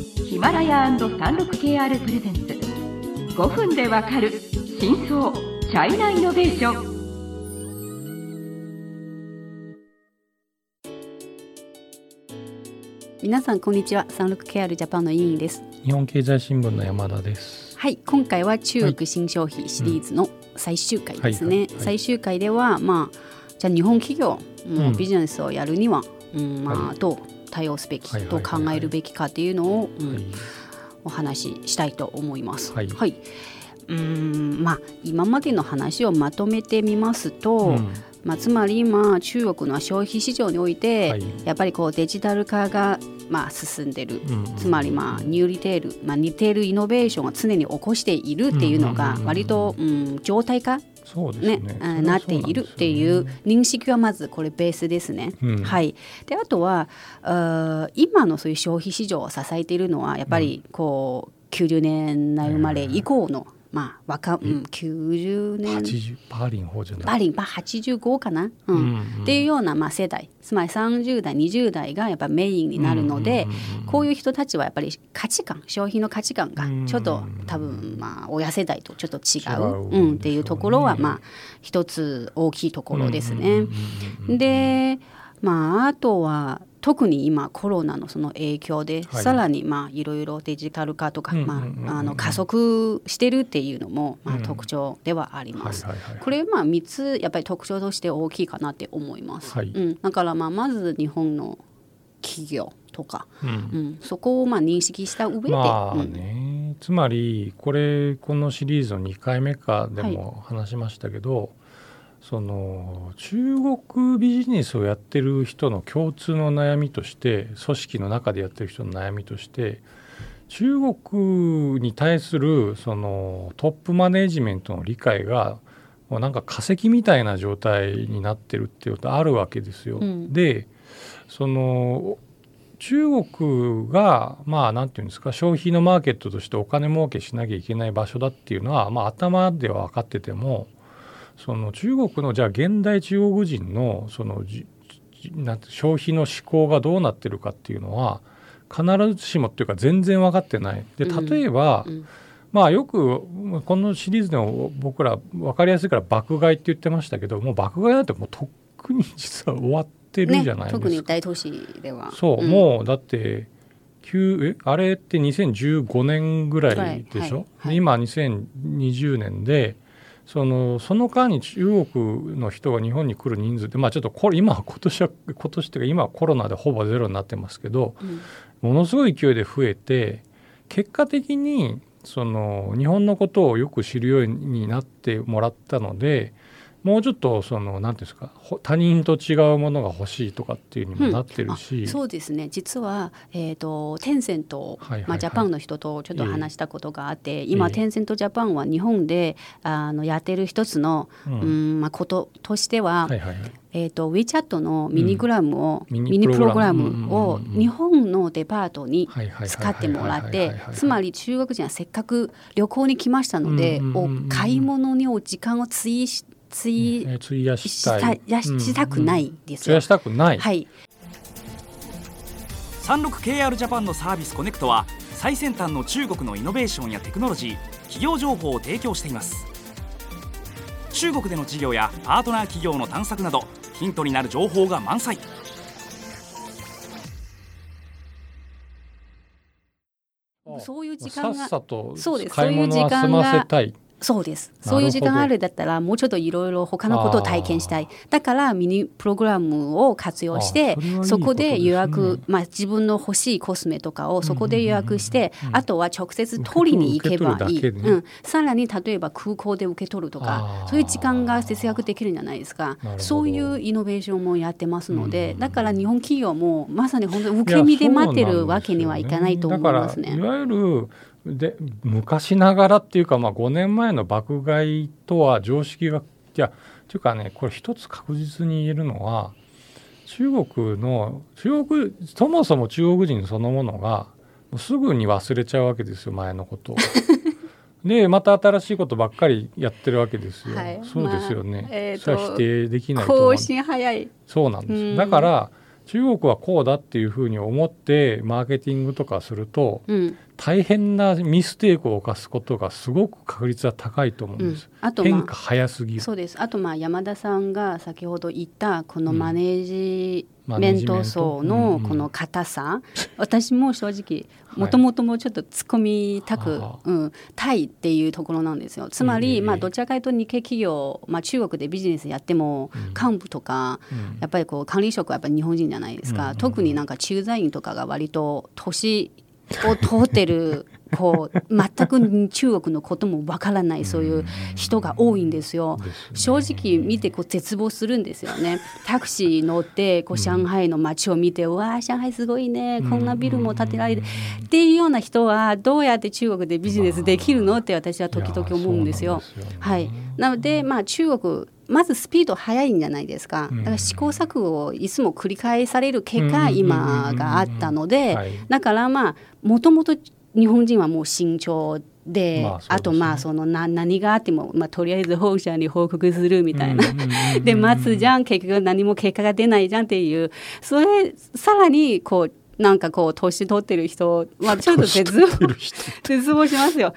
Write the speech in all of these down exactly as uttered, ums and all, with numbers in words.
ヒマラヤ &さんじゅうろくケーアール プレゼンツごふんでわかる真相チャイナイノベーション。 皆さんこんにちは。 さんじゅうろくケーアール ジャパンの委員です。 日本経済新聞の山田です。 はい、今回は中国新消費シリーズの最終回ですね、 はいうんはいはいはい、 最終回では、まあ、じゃあ日本企業、うん、ビジネスをやるには、うんまあはい、どう対応すべき、はいはいはいはい、どう考えるべきかというのを、うんはい、お話ししたいと思います、はいはい、うーんまあ、今までの話をまとめてみますと、うんまあ、つまり今中国の消費市場において、はい、やっぱりこうデジタル化がまあ進んでる、うんうん、つまりまあニューリテール、まあ、似ているイノベーションを常に起こしているっていうのが割と、うんうんうん、状態化、 そうですね、 ね、なっているっていう認識はまずこれベースですね、うんはい、であとはあ今のそういう消費市場を支えているのはやっぱりこうきゅうじゅうねんだい生まれ以降の、まあ若うん、きゅうじゅうねんはちじゅうバーリン法じゃないバーリン、まあ、はちじゅうごかな、うんうんうん、っていうような、まあ、世代、つまりさんじゅう代にじゅう代がやっぱメインになるので、うんうんうん、こういう人たちはやっぱり価値観、消費の価値観がちょっと、うんうん、多分、まあ、親世代とちょっと違う、うん、っていうところは、まあ、一つ大きいところですね、うんうんうんうん、で、まあ、あとは特に今コロナのその影響で、はい、さらにまあいろいろデジタル化とか、まあ、あの加速してるっていうのもまあ特徴ではあります。これまあみっつやっぱり特徴として大きいかなって思います、はいうん、だからまあまず日本の企業とか、うんうん、そこをまあ認識した上で、 まあねうん、つまりこれこのシリーズのにかいめかでも話しましたけど、はいその中国ビジネスをやってる人の共通の悩みとして組織の中でやってる人の悩みとして中国に対するそのトップマネジメントの理解がもうなんか化石みたいな状態になってるっていうことあるわけですよ、うん、でその中国がまあなんていうんですか消費のマーケットとしてお金儲けしなきゃいけない場所だっていうのはまあ頭では分かっててもその中国のじゃあ現代中国人のそのなんて消費の思考がどうなってるかっていうのは必ずしもっていうか全然分かってないで例えば、うんうん、まあよくこのシリーズでも僕ら分かりやすいから爆買いって言ってましたけどもう爆買いなんてもうとっくに実は終わってるじゃないですか、ね、 特に大都市ではそう、うん、もうだってえあれってにせんじゅうごねんぐらいでしょ、はいはい、今にせんにじゅうねんでその、その間に中国の人が日本に来る人数って、まあ、ちょっとこれ今は今年は今年というか今はコロナでほぼゼロになってますけど、うん、ものすごい勢いで増えて結果的にその日本のことをよく知るようになってもらったのでもうちょっとその何ていうんですか他人と違うものが欲しいとかっていうにもなってるし、 うん、そうですね実は、えーと、テンセント、はいはいはいまあ、ジャパンの人とちょっと話したことがあって、えー、今、えー、テンセントジャパンは日本であのやってる一つの、うんうんまあ、こととしては、はいはいはいえーと、WeChat のミニグラムを、うん、ミニプログラムを日本のデパートに使ってもらってつまり中国人はせっかく旅行に来ましたので、うんうんうんうん、買い物に時間を費して費やしたいやしたくないですよ。 費やしたくない、 はい、 さんじゅうろくケーアール ジャパンのサービスコネクトは最先端の中国のイノベーションやテクノロジー企業情報を提供しています。中国での事業やパートナー企業の探索などヒントになる情報が満載。 そういう時間がさっさと買い物は済ませたい。 そうです。そういう時間あるだったらもうちょっといろいろ他のことを体験したい。だからミニプログラムを活用してそ, そこで予約、まあ、自分の欲しいコスメとかをそこで予約して、うんうんうん、あとは直接取りに行けばいい、ねうん、さらに例えば空港で受け取るとかそういう時間が節約できるんじゃないですか。そういうイノベーションもやってますので、うん、だから日本企業もまさに本当に受け身で待ってるわけにはいかないと思いますね。 だからいわゆるで昔ながらっていうか、まあ、ごねんまえの爆買いとは常識がいやというかねこれ一つ確実に言えるのは中国の中国そもそも中国人そのものがすぐに忘れちゃうわけですよ前のことをでまた新しいことばっかりやってるわけですよ、はい、そうですよね、まあえー、それは否定できないと思う。 更新早い。 そうなんです。だから中国はこうだっていうふうに思ってマーケティングとかすると、 うん、 大変なミステイクを犯すことがすごく確率は高いと思うんです、 うん、あと、まあ、 変化早すぎる。 そうです。あとまあ山田さんが先ほど言ったこのマネージメント層のこの硬さ、うんうん、私も正直もともともちょっと突っ込みたく、はい、うん、たいっていうところなんですよ。つまり、えーまあ、どちらかというと日系企業、まあ、中国でビジネスやっても、うん、幹部とか、うん、やっぱりこう管理職はやっぱり日本人じゃないですか、うん、特になんか駐在員とかが割と年を通ってるこう全く中国のこともわからないそういう人が多いんですよ。正直見てこう絶望するんですよね。タクシー乗ってこう上海の街を見て、うわー上海すごいね、こんなビルも建てられてっていうような人はどうやって中国でビジネスできるのって私は時々思うんですよ。はい、なのでまあ中国まずスピード速いんじゃないですか。だから試行錯誤をいつも繰り返される結果今があったので、だからまあもともと日本人はもう慎重で、まあそうですね、あとまあその 何, 何があっても、まあ、とりあえず本社に報告するみたいな、で待つじゃん、結局何も結果が出ないじゃんっていう、それさらにこうなんかこう年取ってる人はちょっと絶望絶望しますよ。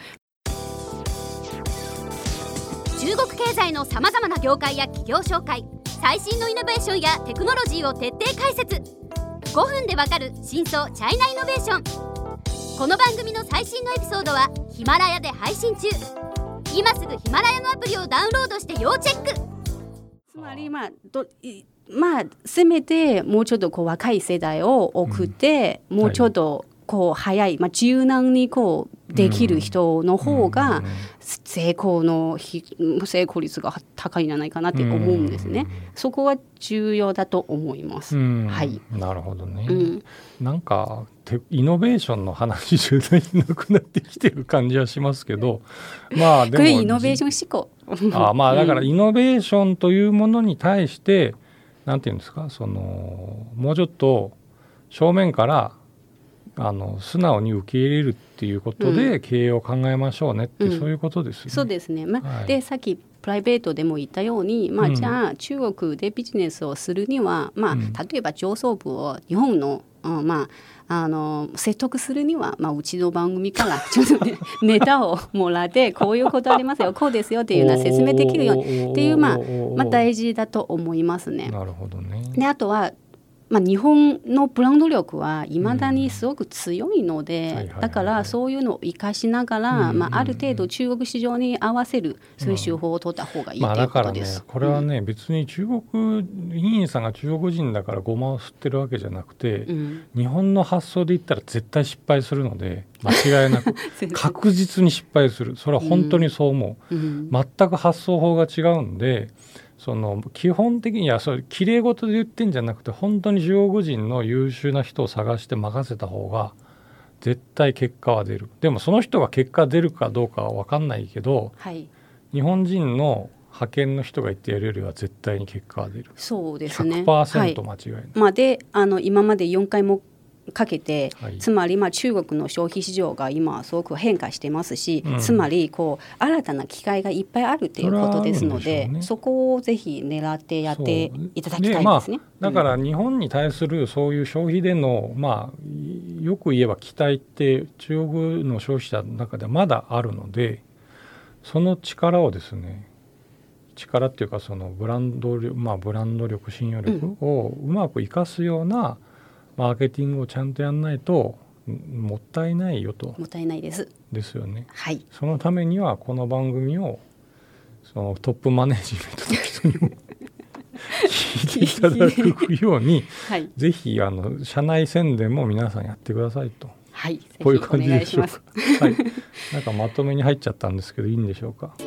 中国経済のさまざまな業界や企業紹介、最新のイノベーションやテクノロジーを徹底解説。ごふんでわかる真相チャイナイノベーション。この番組の最新のエピソードはヒマラヤで配信中。今すぐヒマラヤのアプリをダウンロードして要チェック。 つまりまあどまあせめてもうちょっとこう若い世代を送って、うん、もうちょっとこう早い、まあ、柔軟にこうできる人の方が成功の成功率が高いんじゃないかなって思うんですね。そこは重要だと思います。はい、なるほどね、うん、なんかイノベーションの話じゃなくなってきてる感じはしますけど、まあでもこれイノベーション思考あまあだからイノベーションというものに対してなんていうんですか、そのもうちょっと正面からあの素直に受け入れるっていうことで経営を考えましょうねって、うん、そういうことですよね。 そうですね、まあはい、でさっきプライベートでも言ったように、まあ、じゃあ中国でビジネスをするには、まあ、例えば上層部を日本の、うんまあ、あの説得するには、まあ、うちの番組からちょっと、ね、ネタをもらってこういうことありますよこうですよっていうのは説明できるようにっていう、まあまあ、大事だと思いますね。 なるほどね。 であとはまあ、日本のブランド力はいまだにすごく強いので、だからそういうのを生かしながら、まあ、ある程度中国市場に合わせるそういう手法を取った方がいいということです。 まあ、だからねこれはね、うん、別に中国委員さんが中国人だからごまを吸ってるわけじゃなくて、うん、日本の発想で言ったら絶対失敗するので間違いなく確実に失敗する。それは本当にそう思う、うん、全く発想法が違うんで、その基本的にはそれ綺麗事で言ってんじゃなくて本当に中国人の優秀な人を探して任せた方が絶対結果は出る。でもその人が結果出るかどうかは分かんないけど、はい、日本人の派遣の人が言ってやるよりは絶対に結果は出る。 そうですね、 ひゃくパーセント 間違いない、はい。 まあ、であの今までよんかいもかけて、はい、つまりまあ中国の消費市場が今すごく変化してますし、うん、つまりこう新たな機会がいっぱいあるということですの で, そ, で、ね、そこをぜひ狙ってやっていただきたいですね。 まあ、だから日本に対するそういう消費での、まあ、よく言えば期待って中国の消費者の中ではまだあるので、その力をですね、力っていうかそのブランド力、まあ、ブランド力信用力をうまく生かすようなマーケティングをちゃんとやんないともったいないよと。 もったいないですですよね、 はい、 そのためにはこの番組をそのトップマネジメントの人にも聞いていただくように、はい、ぜひあの社内宣伝も皆さんやってくださいと、 はい、 こういう感じでしょうか。はい、なんかまとめに入っちゃったんですけどいいんでしょうか。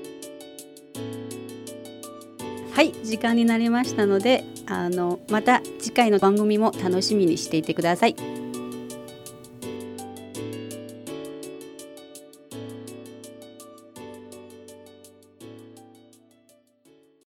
はい、時間になりましたのであのまた次回の番組も楽しみにしていてください。